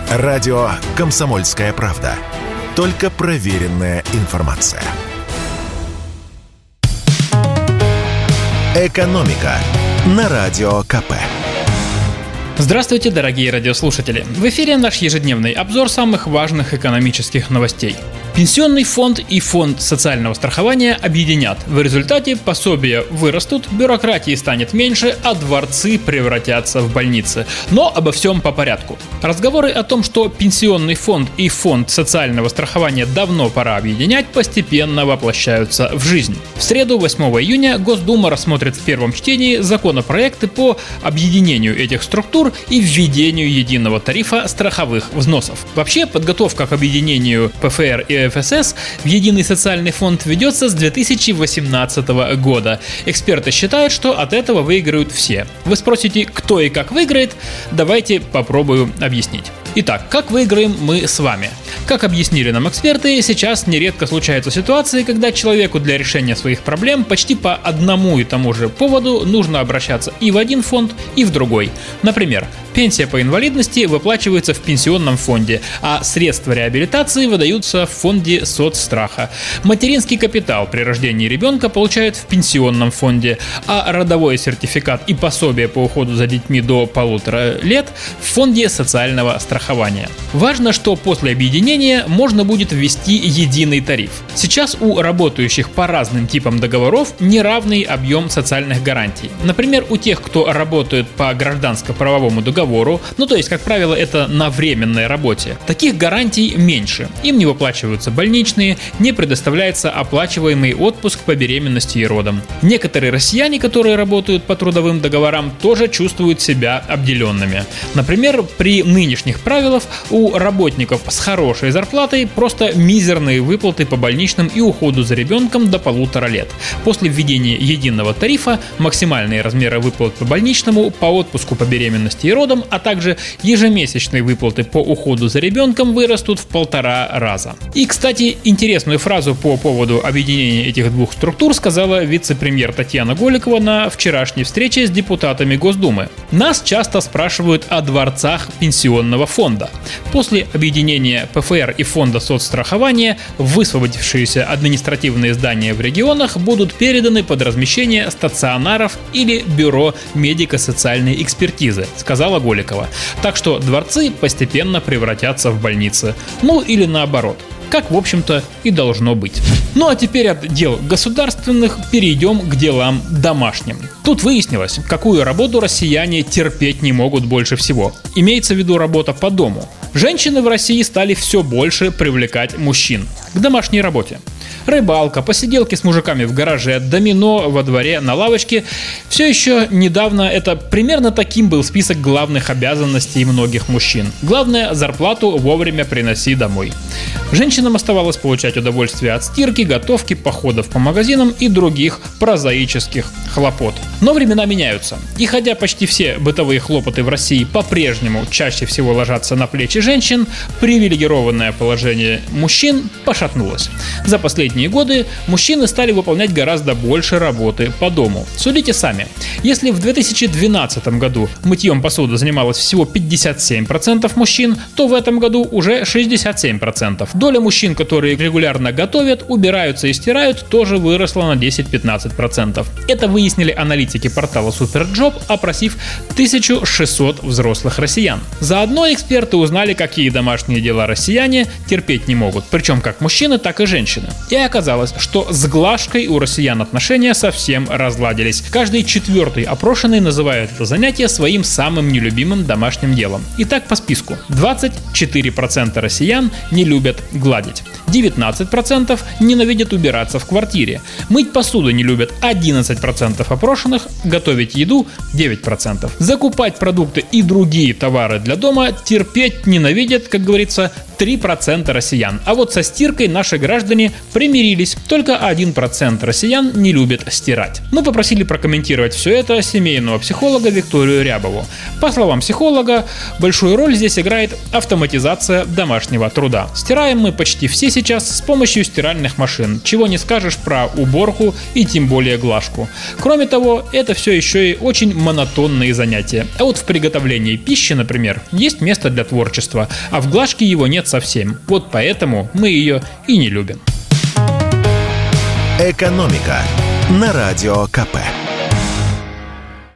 Радио «Комсомольская правда». Только проверенная информация. «Экономика» на Радио КП. Здравствуйте, дорогие радиослушатели! В эфире наш ежедневный обзор самых важных экономических новостей. Пенсионный фонд и фонд социального страхования объединят. В результате пособия вырастут, бюрократии станет меньше, а дворцы превратятся в больницы. Но обо всем по порядку. Разговоры о том, что пенсионный фонд и фонд социального страхования давно пора объединять, постепенно воплощаются в жизнь. В среду, 8 июня, Госдума рассмотрит в первом чтении законопроекты по объединению этих структур и введению единого тарифа страховых взносов. Вообще, подготовка к объединению ПФР и ФСС в единый социальный фонд ведется с 2018 года. Эксперты считают, что от этого выиграют все. Вы спросите, кто и как выиграет? Давайте попробую объяснить. Итак, как выиграем мы с вами? Как объяснили нам эксперты, сейчас нередко случаются ситуации, когда человеку для решения своих проблем почти по одному и тому же поводу нужно обращаться и в один фонд, и в другой. Например, пенсия по инвалидности выплачивается в пенсионном фонде, а средства реабилитации выдаются в фонде соцстраха. Материнский капитал при рождении ребенка получают в пенсионном фонде, а родовой сертификат и пособие по уходу за детьми до 1,5 лет в фонде социального страхования. Важно, что после объединения можно будет ввести единый тариф. Сейчас у работающих по разным типам договоров неравный объем социальных гарантий. Например, у тех, кто работает по гражданско-правовому договору, то есть, как правило, это на временной работе, таких гарантий меньше. Им не выплачиваются больничные, не предоставляется оплачиваемый отпуск по беременности и родам. Некоторые россияне, которые работают по трудовым договорам, тоже чувствуют себя обделенными. Например, при нынешних правилах у работников с хорошей зарплатой просто мизерные выплаты по больничным и уходу за ребенком до 1,5 лет. После введения единого тарифа максимальные размеры выплат по больничному, по отпуску по беременности и родам, а также ежемесячные выплаты по уходу за ребенком вырастут в 1,5 раза. И, кстати, интересную фразу по поводу объединения этих двух структур сказала вице-премьер Татьяна Голикова на вчерашней встрече с депутатами Госдумы. Нас часто спрашивают о дворцах пенсионного фонда. После объединения ПФР и фонда соцстрахования высвободившиеся административные здания в регионах будут переданы под размещение стационаров или бюро медико-социальной экспертизы, сказала Голикова. Так что дворцы постепенно превратятся в больницы. Или наоборот. Как, в общем-то, и должно быть. А теперь от дел государственных перейдем к делам домашним. Тут выяснилось, какую работу россияне терпеть не могут больше всего. Имеется в виду работа по дому. Женщины в России стали все больше привлекать мужчин к домашней работе. Рыбалка, посиделки с мужиками в гараже, домино во дворе, на лавочке. Все еще недавно это примерно таким был список главных обязанностей многих мужчин. Главное, зарплату вовремя приноси домой. Женщинам оставалось получать удовольствие от стирки, готовки, походов по магазинам и других прозаических хлопот. Но времена меняются. И хотя почти все бытовые хлопоты в России по-прежнему чаще всего ложатся на плечи женщин, привилегированное положение мужчин пошатнулось. За последние годы мужчины стали выполнять гораздо больше работы по дому. Судите сами. Если в 2012 году мытьем посуды занималось всего 57% мужчин, то в этом году уже 67%. Доля мужчин, которые регулярно готовят, убираются и стирают, тоже выросла на 10-15%. Это выяснили аналитики портала Superjob, опросив 1600 взрослых россиян. Заодно эксперты узнали, какие домашние дела россияне терпеть не могут, причем как мужчины, так и женщины. И оказалось, что с глажкой у россиян отношения совсем разладились. Каждый четвертый опрошенный называет это занятие своим самым нелюбимым домашним делом. Итак, по списку. 24% россиян не любят гладить. 19% ненавидят убираться в квартире. Мыть посуду не любят 11% опрошенных, готовить еду 9%. Закупать продукты и другие товары для дома терпеть ненавидят, как говорится, 3% россиян. А вот со стиркой наши граждане примирились. Только 1% россиян не любит стирать. Мы попросили прокомментировать все это семейного психолога Викторию Рябову. По словам психолога, большую роль здесь играет автоматизация домашнего труда. Стираем мы почти все сейчас с помощью стиральных машин, чего не скажешь про уборку и тем более глажку. Кроме того, это все еще и очень монотонные занятия. А вот в приготовлении пищи, например, есть место для творчества, а в глажке его нет совсем. Вот поэтому мы ее и не любим. «Экономика» на Радио КП.